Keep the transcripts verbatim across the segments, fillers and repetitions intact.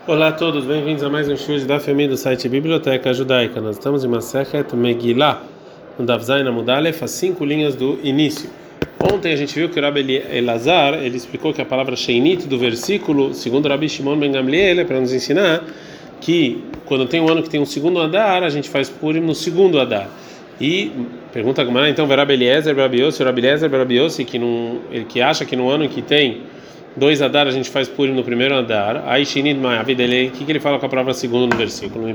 Olá a todos, bem-vindos a mais um show da família do site Biblioteca Judaica. Nós estamos em Masechet Megillah, no Daf Zayin Amud Aleph, as cinco linhas do início. Ontem a gente viu que o Rabbi Elazar, ele explicou que a palavra Sheinit do versículo, segundo o Rabbi Shimon Ben Gamliel, é para nos ensinar que quando tem um ano que tem um segundo Adar, a gente faz Purim no segundo Adar. E pergunta a Gemara, então, Rabbi Eliezer, Rabbi Yossi, Rabbi Eliezer, Rabbi Yossi, que, não, ele que acha que no ano que tem dois Adar a gente faz Purim no primeiro Adar. Aí Shinid Ma'avid ele, o que que ele fala com a palavra segundo no versículo?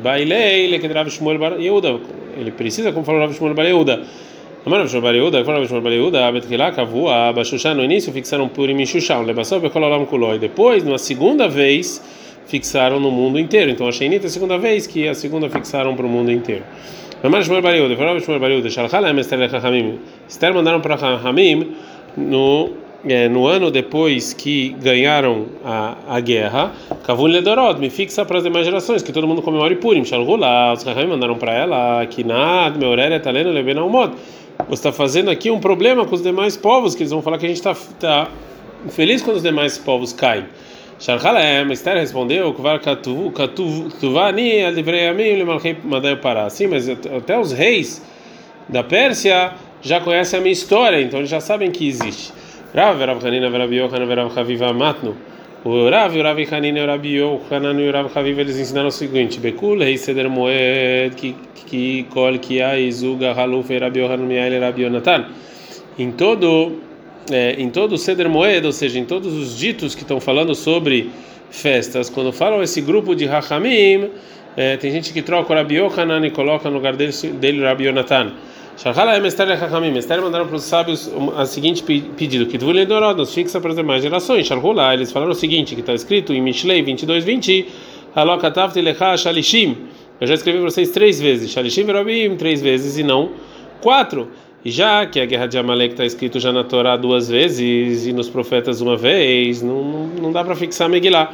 Ele precisa, como falou Rav Shmuel Bar Yehuda. Amar Rav Shmuel Bar Yehuda, Rav Shmuel Bar Yehuda, Betkilá, Kavu, a Bashushan no início fixaram Purim em Shushan, Lebassov e Kololam Kuloi. Depois, na segunda vez, fixaram no mundo inteiro. Então a Shinid é a segunda vez que a segunda fixaram para o mundo inteiro. Amar Shmuel Bar Yehuda, Rav Shmuel Bar Yehuda, Shalchalem Esther Lechamim. Esther mandaram para Hamim no É, no ano depois que ganharam a, a guerra, Kavun Ledorod, me fixa para as demais gerações, que todo mundo comemore Purim. Shalgulá, os Rahim mandaram para ela, Kinad, Meoreret, Talena, Leben Almod. Você está fazendo aqui um problema com os demais povos, que eles vão falar que a gente está tá feliz quando os demais povos caem. Shalchalem, Esther respondeu, Kvar Katuv, Katuv, Tuvani, Aldivrei Amim, Lemalchei Madai Pará. Sim, mas até os reis da Pérsia já conhecem a minha história, então eles já sabem que existe. Rav, Rav Hanina, Rav Yochanan, Rav Chaviva Matno. O Rav, o Rav Hanina, o Rav Yochanan e o Rav Chaviva eles ensinaram o seguinte: Bekul, Rei Seder Moed, que Kol, Kiai, Zuga, Haluf, Rav Yochanan, Miael, Rav Yonatan. Em todo, é, em todo o Seder Moed, ou seja, em todos os ditos que estão falando sobre festas, quando falam esse grupo de Hachamim, é, tem gente que troca o Rav Yochanan e coloca no lugar dele, dele o Rav Yonatan. Shalchalem Esther Lechamim. Esther mandaram para os sábios a seguinte pedido: que Dvulei Dorod nos fixa para as demais gerações. Shalchulá, eles falaram o seguinte, que está escrito em Mishlei vinte e dois, vinte: Halokatavti Lecha Shalishim. Eu já escrevi para vocês três vezes, Shalishim Verobim, três vezes e não quatro. E já que a guerra de Amalek está escrito já na Torá duas vezes e nos profetas uma vez, não, não, não dá para fixar Megillah.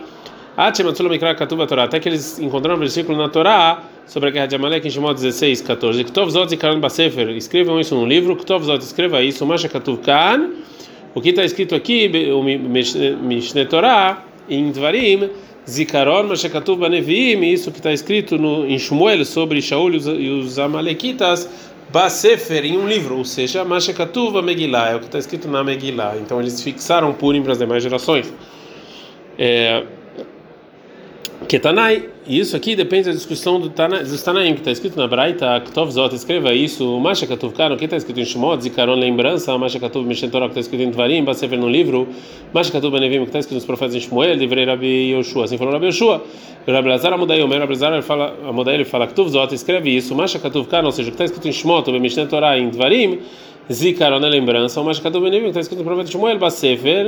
Até que eles encontraram um versículo na Torá sobre a guerra de Amalek em Shemot dezesseis, catorze. Ktov Zot Zikaron Basefer, escrevam isso no livro. Ktov Zot, escreva isso. Masha Katuv Kan, o que está escrito aqui, o Mishneh Torá, em Dvarim, Zikaron Masha Katuv Baneviim, isso que está escrito no, em Shmuel sobre Shaul e os, e os Amalequitas, Basefer, em um livro, ou seja, Masha Katuv Megillah, é o que está escrito na Megillah. Então eles fixaram Purim para as demais gerações. É. Ketanai, e isso aqui depende da discussão do Tana, dos Tanaim, que está escrito na Braita, Ktov Zot, escreva isso, Masha Katuv Kano, que está escrito em Shemot, Zikaron, lembrança, Masha Katuv Mishneh Torah, que está escrito em Dvarim, Basefer no livro, Masha Katuv Benevim, que está escrito nos profetas em Shmuel, Livrei Rabi Yoshua, assim falou Rabi Yoshua, Rabi Elazar Amudai Omer, Rabi Elazar fala, Amudai ele fala, Ktov Zot, escreve isso, Masha Katuv Kano, ou seja, o que está escrito em Shemot, Mishneh Torah, em Dvarim, Zikaron é lembrança, Masha Katuv Benevim, que está escrito no profeta Shmuel, Basefer,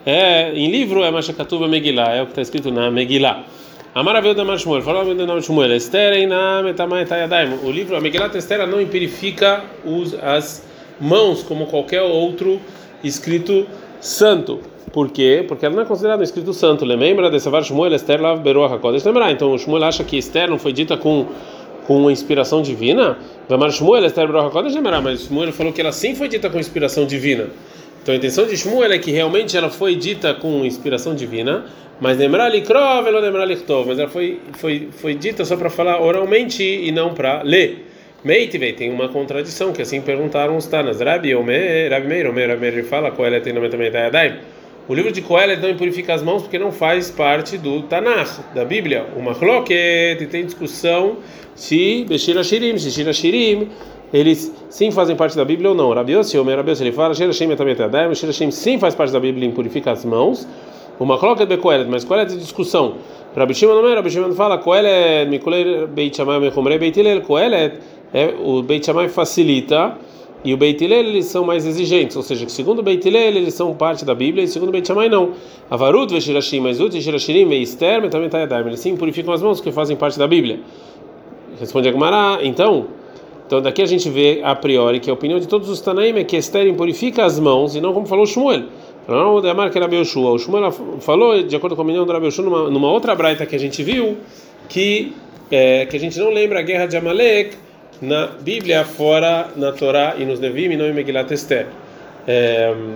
é, em livro é Masha Katuv Megillah, é o que está escrito na Megillah. A maravilha da Shmuel, falou a da Shmuel, Esther na metamai tayadaim. O livro, a Megillat Esther não impurifica os, as mãos como qualquer outro escrito santo. Por quê? Porque ela não é considerada um escrito santo. Lembra dessa var Shmuel Esther lav beroach hakodesh lembrar. Então o Shmuel acha que Esther não foi dita com com inspiração divina. Vamar Shmuel Esther beroach hakodesh lembrar, mas Shmuel falou que ela sim foi dita com inspiração divina. Então a intenção de Shmuel é que realmente ela foi dita com inspiração divina, mas lembrar likrov, ela lembrar lichtov, mas ela foi foi foi dita só para falar oralmente e não para ler. Meitive tem uma contradição que assim perguntaram os tanas. Rabi Omer, Rabi Meir, Omer, Rabi Meir fala Kohelet tem também Tayadai. O livro de Kohelet não impurifica as mãos porque não faz parte do Tanakh, da Bíblia. Uma chloket, tem discussão se Beshira Shirim, se Shira Shirim eles sim fazem parte da Bíblia ou não. Rabi Yossi, Omer, Rabi Yossi, ele fala Shira Shirim também Tayadai, Shira Shirim sim faz parte da Bíblia e impurifica as mãos. Uma chloket be Kohelet, mas Kohelet é discussão. Rabi Shimon Omer, Rabi Shimon fala Kohelet mikulei Beit Shammai mechumrei Beit Hillel. Kohelet é o Beit Shammai facilita e o Beit Hillel eles são mais exigentes, ou seja, que segundo o Beit Hillel eles são parte da Bíblia e segundo o Beit Shammai não. Avarut ve Shirashim, mas Ut e Shirashirim e Esther também tá yadayim, eles sim purificam as mãos que fazem parte da Bíblia. Responde a Gemara, então, então daqui a gente vê a priori que a opinião de todos os Tanaim é que Esther purifica as mãos e não como falou Shmuel. Não, o Demar que era Rabi Yoshua. O Shmuel falou, de acordo com a opinião do Rabi Yoshua, numa, numa outra braita que a gente viu, que, é, que a gente não lembra a guerra de Amalek na Bíblia, fora na Torá e nos Nevim, e não em Megillat Esther. É,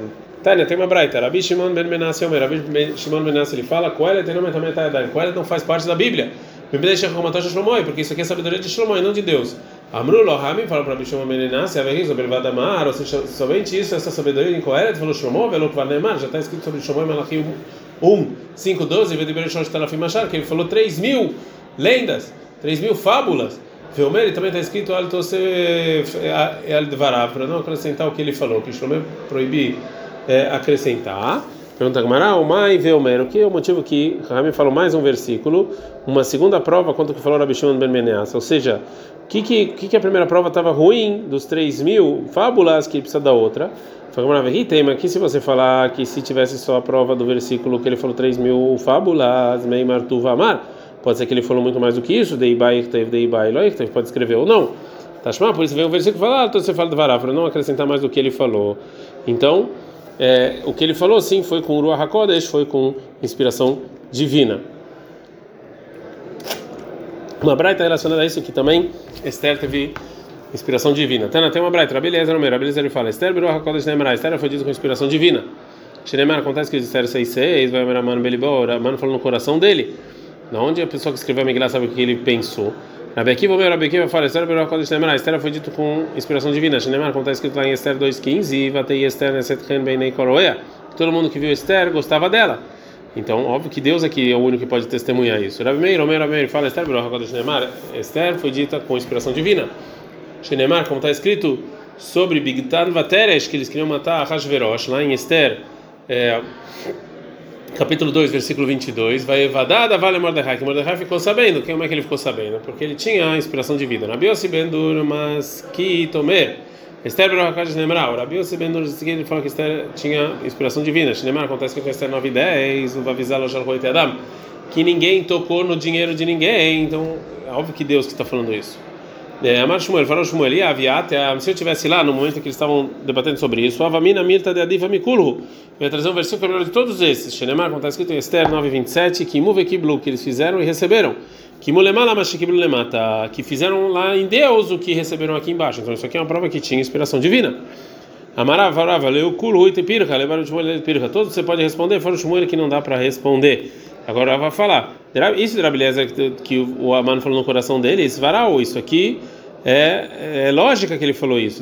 Tânia, tem uma braita. Rabi Shimon ben Menassi Omer. Rabi Shimon ben Menassi ele fala, Kohelet não faz parte da Bíblia. Porque isso aqui é sabedoria de Shlomo e não de Deus. Amru Lohami falou para Rabi Shimon ben Menassi, ou seja, somente isso, essa sabedoria em Kohelet, falou Shlomo, já está escrito sobre Shlomo em Malachi um, cinco, doze, que ele falou três mil lendas, três mil fábulas. Veomer também está escrito para não acrescentar o que ele falou, que Shlomo proibir é, acrescentar. Pergunta Gamara, o Mai Veomer, o que é o motivo que Rami falou mais um versículo, uma segunda prova quanto que falou Rabi Shimon ben Menassi, ou seja, o que, que, que a primeira prova estava ruim dos três mil fábulas que precisa da outra. Mas aqui se você falar que se tivesse só a prova do versículo que ele falou três mil fábulas, Meimar Tuvamar, pode ser que ele falou muito mais do que isso, Deibai teve Deibai Loichteve, pode escrever ou não. Tashma, por isso vem o versículo falar, ah, então você fala de Vará, para não acrescentar mais do que ele falou. Então, é, o que ele falou sim foi com Ruach HaKodesh, foi com inspiração divina. Uma braita relacionada a isso que também Esther teve inspiração divina. Tana, tem uma braita, Rabi Eliezer Omer, Rabi Eliezer ele fala, Esther Ruach HaKodesh Neemar, Esther foi dito com inspiração divina. Shenemar, acontece que Esther seis seis, vai Omer Aman Belibor, Aman falou no coração dele, na onde a pessoa que escreveu a Megillah sabe o que ele pensou. Rabi Akiva Omer, Rabi Akiva fala, Esther Ruach HaKodesh Neemar, Esther foi dito com inspiração divina. Shenemar, acontece que lá em Esther dois quinze, e Vatei Esther Nesetchen Beinei Koroea, todo mundo que viu Esther gostava dela. Então, óbvio que Deus aqui é o único que pode testemunhar isso. Rabi Meir, Omer, Rabi Meir fala, Esther Ruach HaKodesh Neemar, Esther foi dita com inspiração divina. Shenemar, como está escrito sobre Bigtan Vateresh, que eles queriam matar Ahasverosh, lá em Esther, é, capítulo dois, versículo vinte e dois, vai evadada vale Mordecai, que Mordecai ficou sabendo. Como é que ele ficou sabendo? Porque ele tinha a inspiração divina. Rabi Yossi ben Durmas ki tomer, Esther Ruach HaKodesh Neemar, Rabi Yossi ben Durmas ele fala que Esther tinha inspiração divina. Shenemar, acontece que com Esther nove e dez, o Vavizalo Shalroit Adam, que ninguém tocou no dinheiro de ninguém. Então, é óbvio que Deus que está falando isso. Amar Shmuel, falou Shmuel, e Aviat, se eu estivesse lá no momento que eles estavam debatendo sobre isso, Avamina Mirta de Adiva Mikulhu, eu ia trazer um versículo melhor de todos esses. Shenemar, como está escrito em Esther nove, vinte e sete, que Muve Kiblu, que eles fizeram e receberam, que Mulemala Mashikiblu Lemata, que fizeram lá em Deus o que receberam aqui embaixo. Então, isso aqui é uma prova que tinha inspiração divina. Amarava, Arava, Leu Kulu, Itepirka, levaram Shmuel Itepirka, todos você pode responder, foram Shmuel que não dá para responder. Agora eu vou falar. Isso de Rabi Eliezer que o Aman falou no coração dele, isso varal, isso aqui é, é lógica que ele falou isso.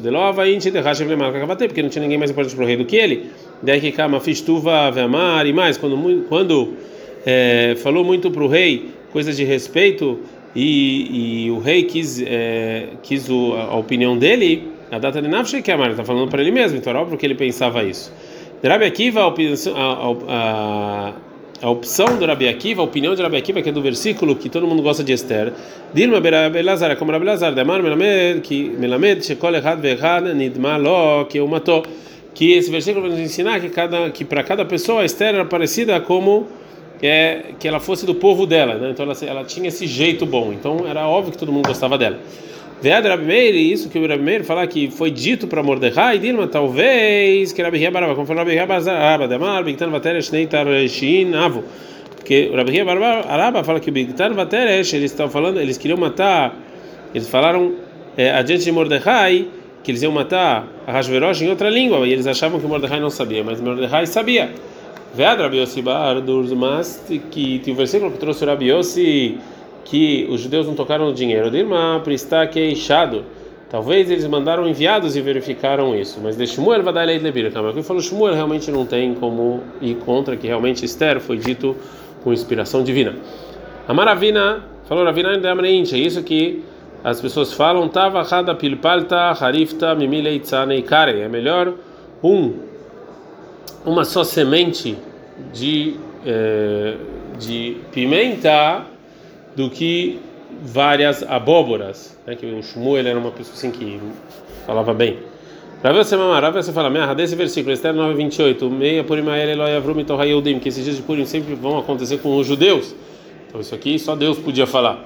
Porque não tinha ninguém mais importante para o rei do que ele. Daí que Kama Fistuva Veamar e mais, quando, quando é, falou muito para o rei coisas de respeito e, e o rei quis, é, quis o, a opinião dele, a data de Nafshei que Amar, ele está falando para ele mesmo, então era óbvio que ele pensava isso. Rabi Akiva, a, a, a A opção do Rabi Akiva, a opinião de Rabi Akiva, que é do versículo que todo mundo gosta de Esther. Dilma Belazar, é como Rabi Elazar, Demar Melamed, que Melamed, Shekol Echad Ve'echad, Nidma Lo, que o matou. Que esse versículo vai nos ensinar que, cada, que para cada pessoa a Esther era parecida como é, que ela fosse do povo dela, né? Então ela, ela tinha esse jeito bom, então era óbvio que todo mundo gostava dela. Vead Rabi Meir, isso que o Rabi Meir falar que foi dito para Mordecai, Dilma, talvez que Rabi Ria Baraba, como falou Rabi Ria Baraba, Demar, Bigtan Vateresh, Neitar Shin, Avo, porque o Rabi Ria Baraba fala que o Bigtan Vateresh, eles estavam falando, eles queriam matar, eles falaram é, adiante de Mordecai que eles iam matar Ahasverosh em outra língua, e eles achavam que Mordecai não sabia, mas Mordecai sabia. Vead Rabi Yossi Bar Durmas, que tem o versículo que trouxe o Rabi Yossi que os judeus não tocaram no dinheiro. Dilma está queixado. Talvez eles mandaram enviados e verificaram isso. Mas de Shmuel vai dar lei de Lebir. Mas quem falou Shmuel realmente não tem como ir contra que realmente Esther foi dito com inspiração divina. A Maravina falou Ravina de Amreinche. Isso que as pessoas falam Tava Hada Pilpalta Harifta Mimilei Tzanei Kare. É melhor um uma só semente de eh, de pimenta do que várias abóboras, né? Que o Shmuel era uma pessoa assim que falava bem. Para você mamar, para você falar, minha desse versículo, Esther nove, vinte e oito, meia Purim Eloi Avrum Mitoh Yehudim, que esses dias de Purim sempre vão acontecer com os judeus. Então isso aqui só Deus podia falar.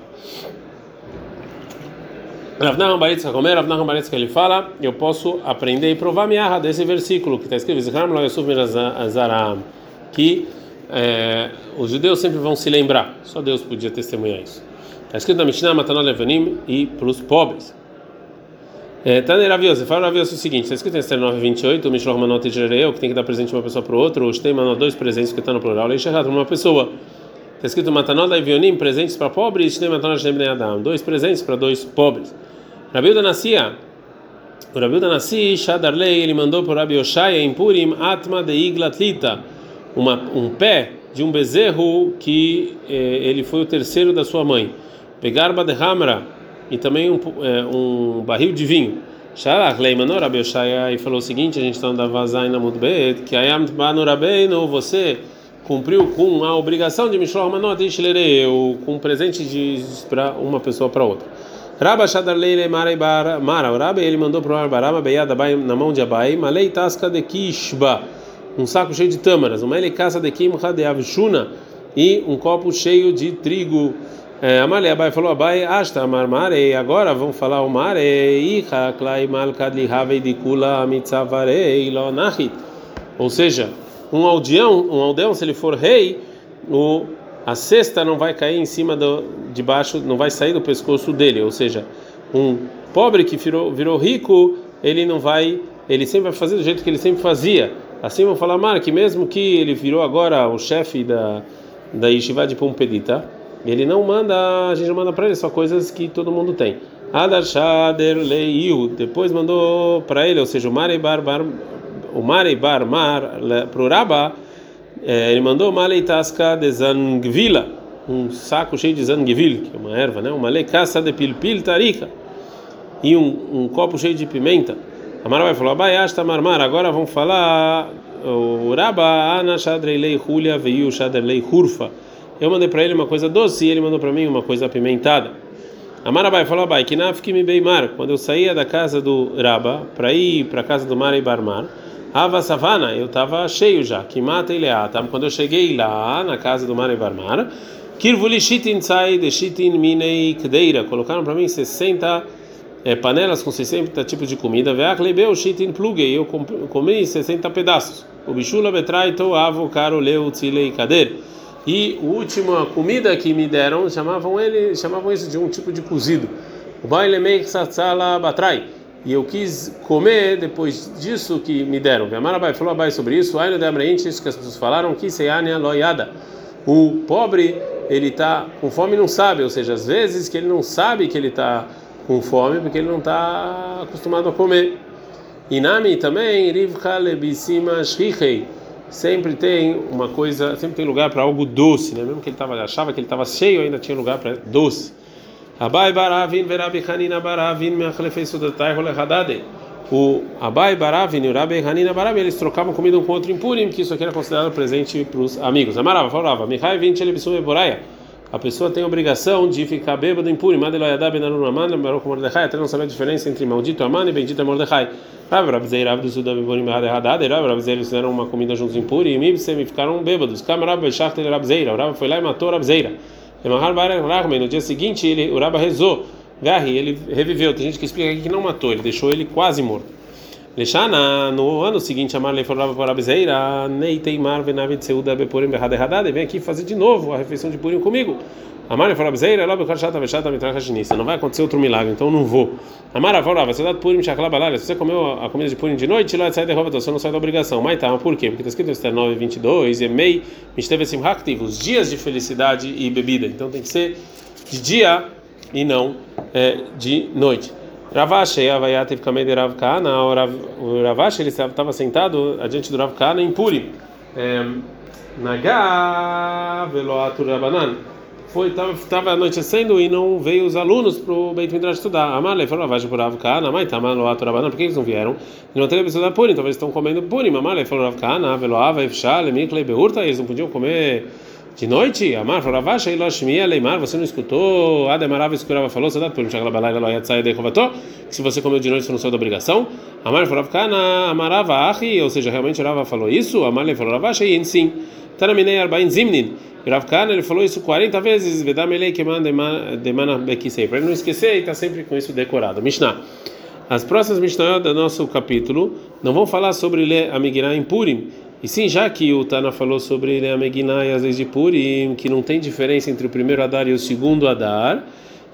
Rav Nahum Bar Yitzchak Omer, Rav Nahum Bar Yitzchak ele fala, eu posso aprender e provar minha desse versículo que está escrito, Zikram Lo Yosuf Mirazaram, que É, os judeus sempre vão se lembrar, só Deus podia testemunhar isso. Está escrito na Mishnah, Matanot Levanim, e para os pobres. É, tá nervioso, fala nervioso o seguinte, está escrito em Esther nove, vinte e oito, o Mishloch Manot Jereu, que tem que dar presente de uma pessoa para o outro, os tem manot dois presentes que está no plural, e Shechat, uma pessoa. Está escrito Matanot Avionim, presentes para pobres, e tem Matanot Shebnei Adam, dois presentes para dois pobres. Rabiuda Nassia, o Rabiuda Nassi, Shadarlei, ele mandou para o Rabi Oshaya em Purim, Atma de Iglatlita, uma, um pé de um bezerro que eh, ele foi o terceiro da sua mãe. Pegarba de Hamra, e também um, é, um barril de vinho. Shalach leimanor Rabi Oshaya e falou o seguinte, a gente está andando vazai na Mudbet, que ayam tbanu Rabbeinu, você cumpriu com a obrigação de Mishloach Manot Ishlereu, com um presente de para uma pessoa para outra. Rabba Shadarlei Lemara Bar Mara, o Rabbi ele mandou para o Barama Beyad Abai na mão de Abai, Malei Tasca de Kishba, um saco cheio de tâmaras, uma Elikasa de Kimcha de Avshuna e um copo cheio de trigo. É, Amalei Abai falou Abai, Ashta Amar Mare, agora vamos falar o Mare, Icha Klai Malkad Lihavei Dikula Mitzavarei Lo Nachit. Ou seja, um aldeão, um aldeão, se ele for rei, o, a cesta não vai cair em cima do, de baixo, não vai sair do pescoço dele. Ou seja, um pobre que virou, virou rico, ele não vai, ele sempre vai fazer do jeito que ele sempre fazia. Assim vamos falar, Mar, que mesmo que ele virou agora o chefe da, da Yeshiva de Pumpedita, ele não manda, a gente não manda para ele só coisas que todo mundo tem. Adar Shader Leiu, depois mandou para ele, ou seja, o Marei Bar Bar, o Marei Bar Mar para o Rabba, é, ele mandou Malei Tasca de Zangvila, um saco cheio de Zangvil, que é uma erva, né? Uma lecaça de Pilpil Tarika e um, um copo cheio de pimenta. A Mara vai falar, Baiasta Marmar, agora vamos falar o Rabba Ana Shadrei Lei Julia veio Shadrei Hurfa. Eu mandei para ele uma coisa doce e ele mandou para mim uma coisa apimentada. A Marabai falou: "Abai, que nafki mi beimar." Quando eu saía da casa do Rabba para ir para a casa do Marei Barmar, Ava Savana, eu estava cheio já. Que mata ele ata. Quando eu cheguei lá na casa do Marei Barmar, Kirvuli shitin sai de shitin minei kdeira. Colocaram para mim sessenta é, panelas com sessenta tipos de comida. Veach lebeu shitin plugue. Eu comi sessenta pedaços. O bichula betraito avo caro leu tzilei kader. E a última comida que me deram, chamavam ele, chamavam isso de um tipo de cozido. O baile meik satsala batrai. E eu quis comer depois disso que me deram. Amarabai falou Abai sobre isso. Ainda de Amreinte, isso que as pessoas falaram, que seiania loiada. O pobre, ele está com fome e não sabe, ou seja, às vezes que ele não sabe que ele está com fome porque ele não está acostumado a comer. Inami também, rivka lebisima shrichei. Sempre tem uma coisa, sempre tem lugar para algo doce, né? Mesmo que ele tava, achava que ele estava cheio, ainda tinha lugar para doce. Abai Baravin verabi Hanina Baravin me'achlefei sudatai rolechadade. O Abai Baravin e o Rabi Hanina Baravin, eles trocavam comida um com o outro em Purim, que isso aqui era considerado presente para os amigos. Amarava, falava, Mihai vinte ele bisum eboraya. A pessoa tem a obrigação de ficar bêbado em Purim. Madeloyadá benarun aman, Baruch Mordechai, até não saber a diferença entre maldito Aman e bendito Mordechai. Rabi Rabzei, Rabi do Sudam e Borim Hadad, Rabi Rabzei, eles fizeram uma comida juntos em Purim, e Mibsem ficaram bêbados. Camarada Bechach ele Rabzeira, o Rabi foi lá e matou Rabzeira. Emahar Barak Rahman, no dia seguinte, ele, o Rabi rezou, Garri, ele reviveu. Tem gente que explica aqui que não matou, ele deixou ele quase morto. Leshana, no ano seguinte, Amar falava para Rabzeira, Neiteimar Venavid Seuda Beporim Hadad, vem aqui fazer de novo a refeição de Purim comigo. Amar falava Rabzeira, Lobe Karshata Veshata Mitrachashinista, não vai acontecer outro milagre, então eu não vou. Amar falava, se Purim Shaklabalala, se você comeu a comida de Purim de noite, lá sai da roupa, você não sai da obrigação. Mas tá, por quê? Porque está escrito em Esther nove, vinte e dois, e Mei, Mishtevesim Haktiv, os dias de felicidade e bebida. Então tem que ser de dia e não é, de noite. Ravashi, Avayativ Kamei Rav Kahana, o Ravashi ele estava sentado adiante do Rav Kahana em Purim. Nagá Veloatur Rabanan. Foi estava estava anoitecendo e não veio os alunos para o Beit Midrash estudar. Amalei falou Ravashi por Rav Kahana, mas tá Veloatur Rabanan, por que eles não vieram? Não teve estudar Purim, talvez estão comendo Purim. Amalei falou Rav Kahana, Veloava Ifshal Miklei Beurta, eles não podiam comer de noite. Amar falou Ravashi Eloshmia Leimar, você não escutou? Ademarav escurava falou Sadat Purim Shaklabalai Loyatzai Dechovato, que se você comeu de noite você não saiu da obrigação. Amar falou Kana Amarava Achi, ou seja, realmente Rava falou isso. Amalei falou Ravashi sim. Taraminei Arbain Zimnin. Rav Kahana ele falou isso quarenta vezes. Vedamelei Keman Demana Bekisei, para ele não esquecer e está sempre com isso decorado. Mishnah. As próximas Mishnah do nosso capítulo não vão falar sobre ler a Megillah em Purim. E sim, já que o Tana falou sobre a Megillah e as leis de Purim, que não tem diferença entre o primeiro Adar e o segundo Adar,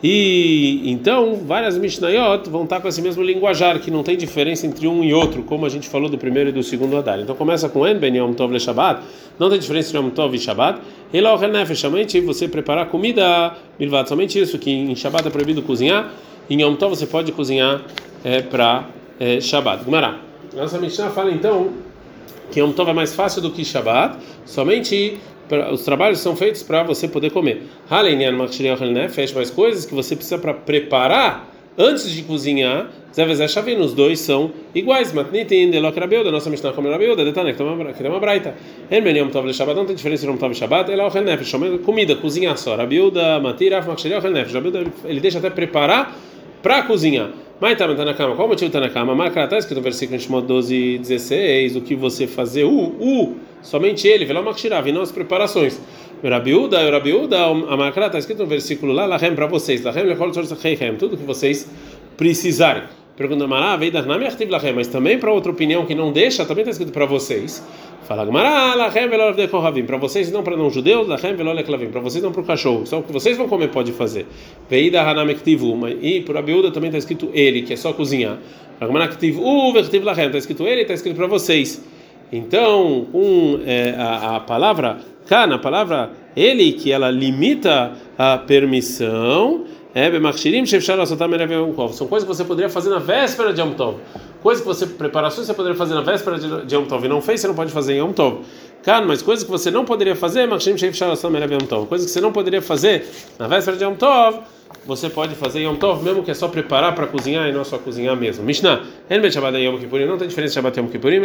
E então várias Mishnayot vão estar com esse mesmo linguajar, que não tem diferença entre um e outro, como a gente falou do primeiro e do segundo Adar. Então começa com En Ben Yom Tov Le Shabbat, não tem diferença entre Yom Tov e Shabbat. Ela Ochel Nefesh, somente você preparar comida, milvat, somente isso, que em Shabbat é proibido cozinhar, em Yom Tov você pode cozinhar é, para é, Shabbat. Gumará. Nossa Mishnah fala então que Yom Tov é mais fácil do que Shabbat, somente os trabalhos são feitos para você poder comer. Mas coisas que você precisa para preparar antes de cozinhar, os dois são iguais. Da nossa Mishnah como Rabiuda, que tem uma braita. Não tem diferença entre Yom Tov e Shabbat. Comida, cozinhar só. Rabiuda, Matira, ele deixa até preparar para cozinhar. Mas tá na cama. Qual o motivo está na cama? Marca está escrito no versículo de Shemot doze, dezesseis, o que você fazer, o, o, somente ele, vê lá uma e não as preparações. Rabiuda, Rabiuda, a marca está escrito no versículo lá, Lahem para vocês, Lahem tudo que vocês precisarem. Pergunta Mará, veio da Nami Artiv Lahem, mas também para outra opinião que não deixa, também está escrito para vocês. Fala Mará, Lahem velol de kohavim, para vocês não para não judeus, Lahem velol leklavim, para vocês não para o cachorro, só o que vocês vão comer pode fazer. Veio da Hanam Ktivu, e por Rabiuda também está escrito ele, que é só cozinhar. Fala Ktivu, Vertiv Lahem, está escrito ele, está escrito para vocês. Então, com é, a, a palavra Kana, a palavra ele, que ela limita a permissão, é são coisas que você poderia fazer na véspera de Yom Tov. Coisas que você, preparações que você poderia fazer na véspera de Yom Tov e não fez, você não pode fazer em Yom Tov. Kana, mas coisas que você não poderia fazer, coisas que você não poderia fazer na véspera de Yom Tov, você pode fazer em Yom Tov, mesmo que é só preparar para cozinhar e não só cozinhar mesmo. Mishnah, não tem diferença de Shabbat e Yom Kippurim,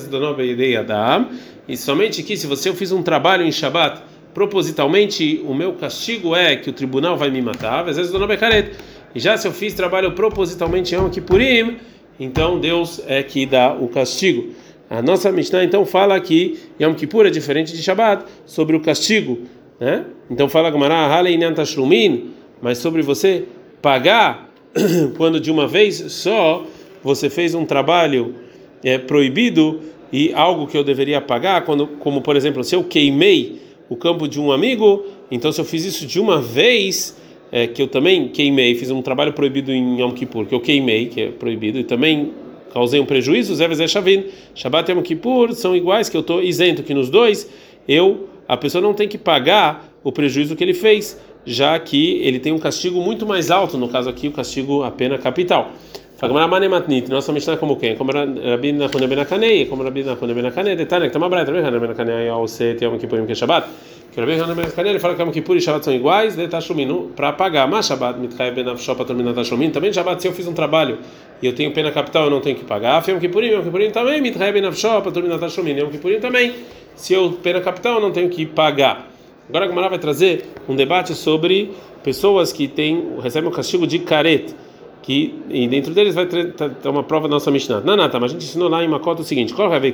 e somente que se você eu fiz um trabalho em Shabbat propositalmente, o meu castigo é que o tribunal vai me matar, às vezes eu não becaret. E já se eu fiz trabalho propositalmente em Yom Kippurim, então Deus é que dá o castigo. A nossa Mishnah então fala que Yom Kippur é diferente de Shabbat sobre o castigo, né? Então fala Gemara, Haleinyan Tashlumin, mas sobre você pagar quando de uma vez só você fez um trabalho é, proibido e algo que eu deveria pagar, quando, como por exemplo, se eu queimei o campo de um amigo, então se eu fiz isso de uma vez, é, que eu também queimei, fiz um trabalho proibido em Yom Kippur, que eu queimei, que é proibido, e também causei um prejuízo, Zé Vezé Shavin, Shabbat e Yom Kippur são iguais, que eu estou isento, que nos dois, eu, a pessoa não tem que pagar o prejuízo que ele fez, já que ele tem um castigo muito mais alto, no caso aqui o castigo, a pena capital. Nossa Mishnah é como quem? Como Rabi Nachman ben Akanei, como Rabi Nachman ben Akanei, detalhe que tem uma breta, Rabi Nachman ben Akanei ao ser Yom Kippurim que é Shabbat, que Rabi Nachman ben Akanei ele fala que Yom Kippur e Shabbat são iguais, de Tashlumin para pagar, mas Shabbat mitchay ben avshop para terminar Tashlumin, também Shabbat se eu fiz um trabalho e eu tenho pena capital eu não tenho que pagar, Yom Kippurim, Yom Kippurim também mitchay ben avshop para terminar Tashlumin, Yom Kippurim também se eu pena capital eu não tenho que pagar. Agora a Gemara vai trazer um debate sobre pessoas que têm recebem o castigo de karet, que e dentro deles vai ter, ter uma prova da nossa Mishnah. Não, não, tá, mas a gente ensinou lá em Makot o seguinte: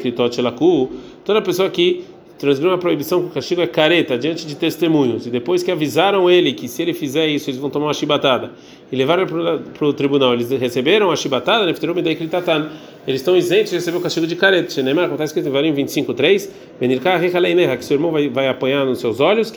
toda pessoa que transgrediu uma proibição com o castigo é careta diante de testemunhos, e depois que avisaram ele que se ele fizer isso eles vão tomar uma chibatada e levaram para o tribunal, eles receberam a chibatada, eles estão isentos de receber o castigo de careta. Shenemar, como está escrito em Varim vinte e cinco, três, que seu irmão vai, vai apanhar nos seus olhos,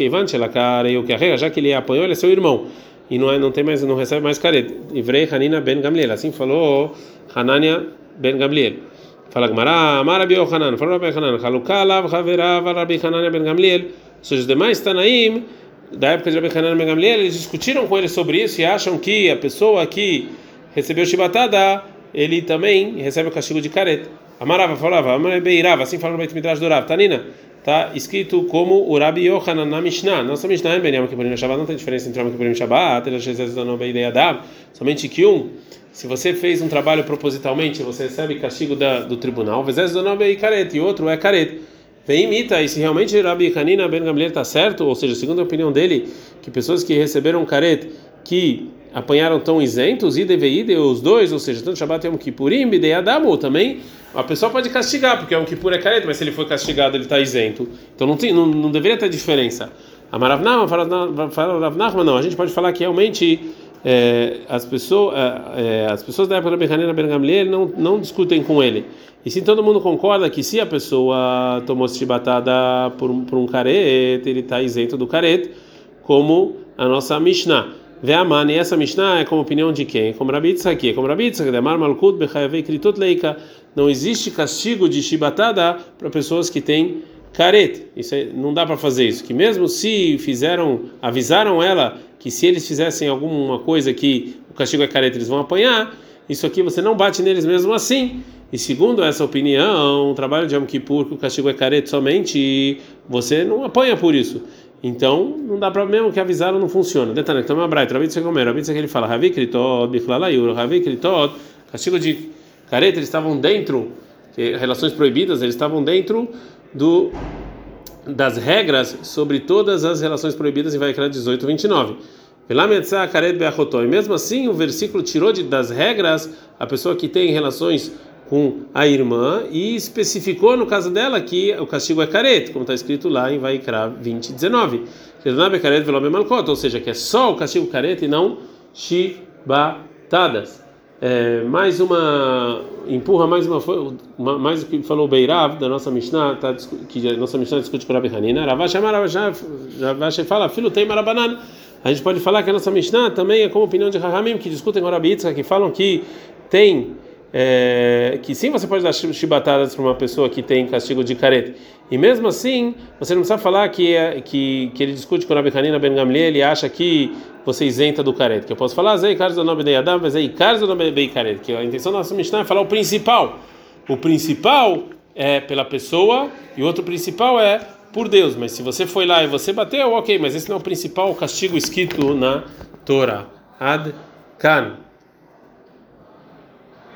já que ele apanhou, ele é seu irmão e não é, não tem mais, não recebe mais careta. Ivrei Hanina ben Gamliel, assim falou Hanania ben Gamliel. Fala Gemara, Amar Rabi Yochanan, falou Rabi Yochanan, Halukah lav chaverav Rabi Hanania ben Gamliel. Ou seja, os demais Tanaim da época de Rabi Hanania ben Gamliel, eles discutiram com ele sobre isso e acham que a pessoa que recebeu chibatada, ele também recebe o castigo de careta. Amarava falava, Amar Beirava, assim falou no Beit Midrash do Rav. Tanina, está escrito como o Rabi Yochanan na Mishnah. Nossa Mishnah é Ben Yom Kippurim e Shabbat, não tem diferença entre Yom Kippurim e Shabbat, somente que um, se você fez um trabalho propositalmente, você recebe castigo da, do tribunal, e outro é caret. Vem imita, e se realmente Rabi Hanina ben Gamliel está certo, ou seja, segundo a opinião dele, que pessoas que receberam caret, que apanharam tão isentos, e deveide os dois, ou seja, tanto Shabbat e Yom Kippurim, Bidei Adamu, também a pessoa pode castigar, porque Yom Kippur é caret, mas se ele foi castigado, ele está isento. Então não, tem, não, não deveria ter diferença. A Marav Nachman fala, Rav Nachman, não, a gente pode falar que realmente é, as, pessoas, é, as pessoas da época da Rabi Hanina ben Gamliel não, não discutem com ele. E sim, todo mundo concorda que se a pessoa tomou chibatada por, por um caret, ele está isento do caret, como a nossa Mishnah. Ve'amani, essa Mishnah é como opinião de quem? Como Rabi Tzaki, como Rabi Tzaki, Demar Malkut Bechayavei Kritot Leika. Não existe castigo de chibatada para pessoas que têm caret. Isso é, não dá para fazer isso. Que mesmo se fizeram, avisaram ela que se eles fizessem alguma coisa que o castigo é caret, eles vão apanhar. Isso aqui você não bate neles mesmo assim. E segundo essa opinião, o trabalho de Yom Kippur, que o castigo é caret somente, você não apanha por isso. Então, não dá para mesmo que avisaram, não funciona. Detalhe, então, uma braita, Rabi Tzaki Omer, Rabi Tzaki ele fala, Ravi Kritot, Bichlalayur, Ravi Kritot, castigo de careta, eles estavam dentro, relações proibidas, eles estavam dentro do, das regras sobre todas as relações proibidas em Vaikra dezoito, vinte e nove. E mesmo assim, o versículo tirou de, das regras a pessoa que tem relações com a irmã e especificou no caso dela que o castigo é caret, como está escrito lá em Vaikra vinte, dezenove. Ou seja, que é só o castigo caret e não chibatadas. É, mais uma empurra mais uma, uma mais o que falou o Beirav da nossa Mishnah, tá, que a nossa Mishnah discute com a Rabi Hanina. Ravash Ravash fala, filho tem marabanan. A gente pode falar que a nossa Mishnah também é como opinião de Rahamim, que discutem com a Rabi Tzaki, que falam que tem É, que sim, você pode dar chibatadas para uma pessoa que tem castigo de caret. E mesmo assim, você não precisa falar que, é, que, que ele discute com o Rabi Hanina Ben Gamliel, ele acha que você isenta do caret. Que eu posso falar, Zei Karz do nome de Adam, mas Zei Karz do nome de caret. Que a intenção da nossa Mishnah é falar o principal. O principal é pela pessoa e o outro principal é por Deus. Mas se você foi lá e você bateu, ok, mas esse não é o principal castigo escrito na Torá. Ad Kan.